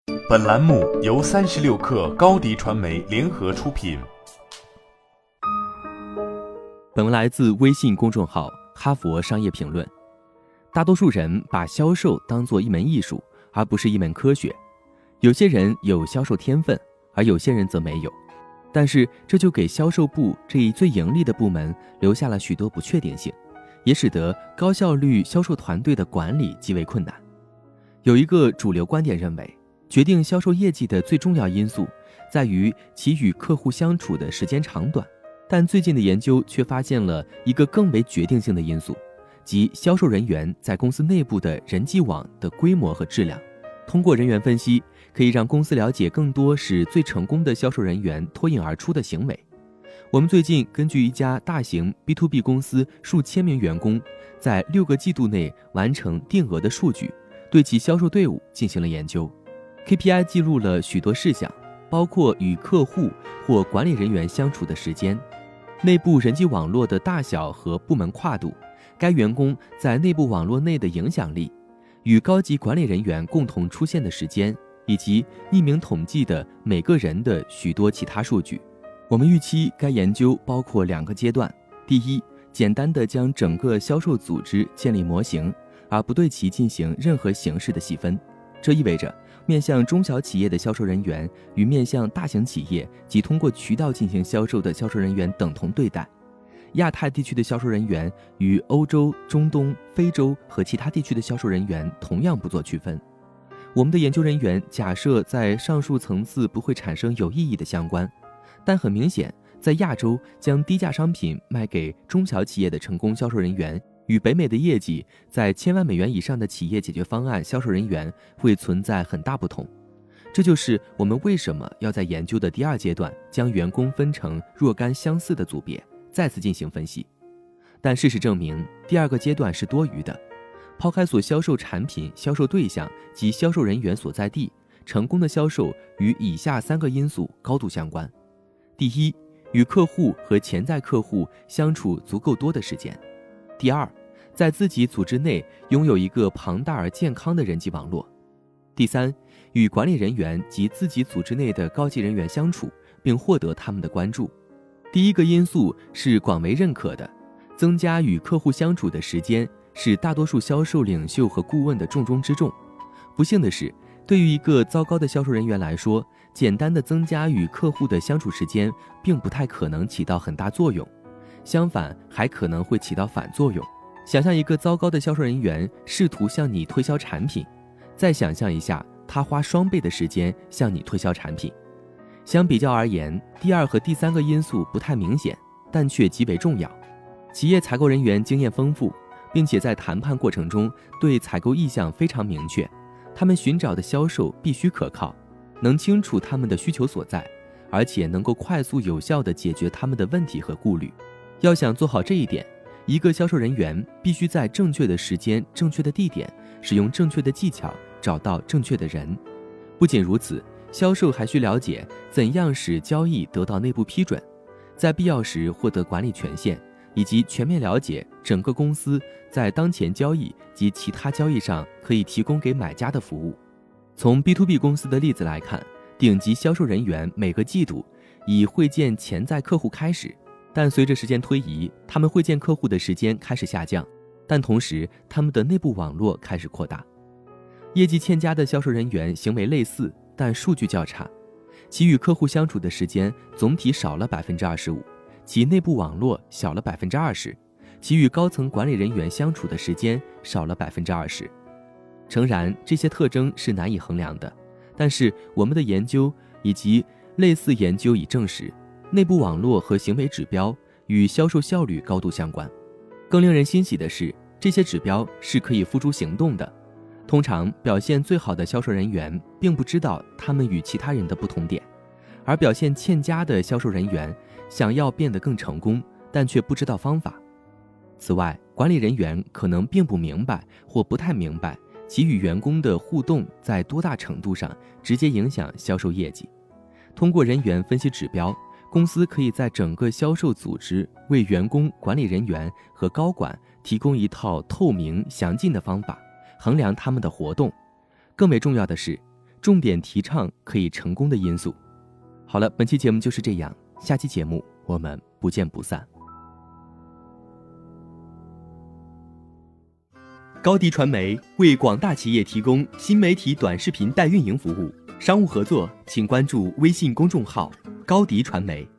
本栏目由36氪高迪传媒联合出品。 本文来自微信公众号哈佛商业评论。大多数人把销售当作一门艺术，而不是一门科学。有些人有销售天分，而有些人则没有。但是这就给销售部这一最盈利的部门留下了许多不确定性，也使得高效率销售团队的管理极为困难。有一个主流观点认为，决定销售业绩的最重要因素在于其与客户相处的时间长短，但最近的研究却发现了一个更为决定性的因素，即销售人员在公司内部的人际网的规模和质量。通过人员分析，可以让公司了解更多使最成功的销售人员脱颖而出的行为。我们最近根据一家大型 B2B 公司数千名员工在6个季度内完成定额的数据，对其销售队伍进行了研究。 KPI 记录了许多事项，包括与客户或管理人员相处的时间、内部人际网络的大小和部门跨度、该员工在内部网络内的影响力、与高级管理人员共同出现的时间，以及匿名统计的每个人的许多其他数据。我们预期该研究包括2个阶段。第一，简单地将整个销售组织建立模型，而不对其进行任何形式的细分。这意味着面向中小企业的销售人员与面向大型企业及通过渠道进行销售的销售人员等同对待。亚太地区的销售人员与欧洲、中东、非洲和其他地区的销售人员同样不做区分。我们的研究人员假设在上述层次不会产生有意义的相关，但很明显，在亚洲将低价商品卖给中小企业的成功销售人员与北美的业绩在1000万美元以上的企业解决方案销售人员会存在很大不同。这就是我们为什么要在研究的第2阶段将员工分成若干相似的组别，再次进行分析。但事实证明，第2个阶段是多余的。抛开所销售产品、销售对象及销售人员所在地，成功的销售与以下3个因素高度相关。第一，与客户和潜在客户相处足够多的时间。第二，在自己组织内拥有一个庞大而健康的人际网络。第三，与管理人员及自己组织内的高级人员相处，并获得他们的关注。第一个因素是广为认可的，增加与客户相处的时间是大多数销售领袖和顾问的重中之重。不幸的是，对于一个糟糕的销售人员来说，简单的增加与客户的相处时间并不太可能起到很大作用，相反还可能会起到反作用。想象一个糟糕的销售人员试图向你推销产品，再想象一下他花双倍的时间向你推销产品。相比较而言，第2和第3个因素不太明显，但却极为重要。企业采购人员经验丰富，并且在谈判过程中对采购意向非常明确，他们寻找的销售必须可靠，能清楚他们的需求所在，而且能够快速有效地解决他们的问题和顾虑。要想做好这一点，一个销售人员必须在正确的时间、正确的地点，使用正确的技巧，找到正确的人。不仅如此，销售还需了解怎样使交易得到内部批准，在必要时获得管理权限，以及全面了解整个公司在当前交易及其他交易上可以提供给买家的服务。从 B2B 公司的例子来看，顶级销售人员每个季度以会见潜在客户开始，但随着时间推移，他们会见客户的时间开始下降，但同时他们的内部网络开始扩大。业绩欠佳的销售人员行为类似，但数据较差，其与客户相处的时间总体少了 25%， 其内部网络小了 20%， 其与高层管理人员相处的时间少了 20%。 诚然，这些特征是难以衡量的，但是我们的研究以及类似研究已证实，内部网络和行为指标与销售效率高度相关。更令人欣喜的是，这些指标是可以付诸行动的。通常表现最好的销售人员并不知道他们与其他人的不同点，而表现欠佳的销售人员想要变得更成功，但却不知道方法。此外，管理人员可能并不明白或不太明白其与员工的互动在多大程度上直接影响销售业绩。通过人员分析指标，公司可以在整个销售组织为员工、管理人员和高管提供一套透明、详尽的方法，衡量他们的活动。更为重要的是， 重点提倡可以成功的因素。好了，本期节目就是这样，下期节目我们不见不散。高迪传媒为广大企业提供新媒体短视频代运营服务，商务合作请关注微信公众号高迪传媒。